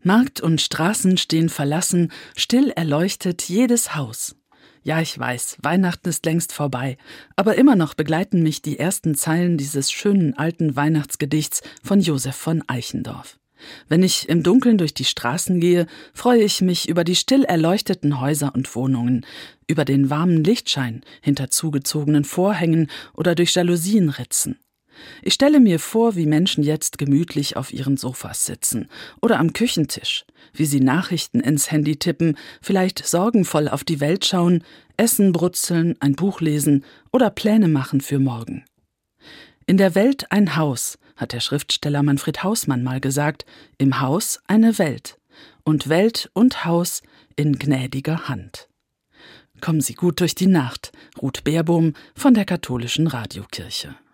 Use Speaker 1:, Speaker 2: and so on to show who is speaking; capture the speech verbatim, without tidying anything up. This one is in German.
Speaker 1: Markt und Straßen stehen verlassen, still erleuchtet jedes Haus. Ja, ich weiß, Weihnachten ist längst vorbei, aber immer noch begleiten mich die ersten Zeilen dieses schönen alten Weihnachtsgedichts von Josef von Eichendorff. Wenn ich im Dunkeln durch die Straßen gehe, freue ich mich über die still erleuchteten Häuser und Wohnungen, über den warmen Lichtschein hinter zugezogenen Vorhängen oder durch Jalousienritzen. Ich stelle mir vor, wie Menschen jetzt gemütlich auf ihren Sofas sitzen oder am Küchentisch, wie sie Nachrichten ins Handy tippen, vielleicht sorgenvoll auf die Welt schauen, Essen brutzeln, ein Buch lesen oder Pläne machen für morgen. In der Welt ein Haus, hat der Schriftsteller Manfred Hausmann mal gesagt, im Haus eine Welt und Welt und Haus in gnädiger Hand. Kommen Sie gut durch die Nacht, Ruth Beerbohm von der Katholischen Radiokirche.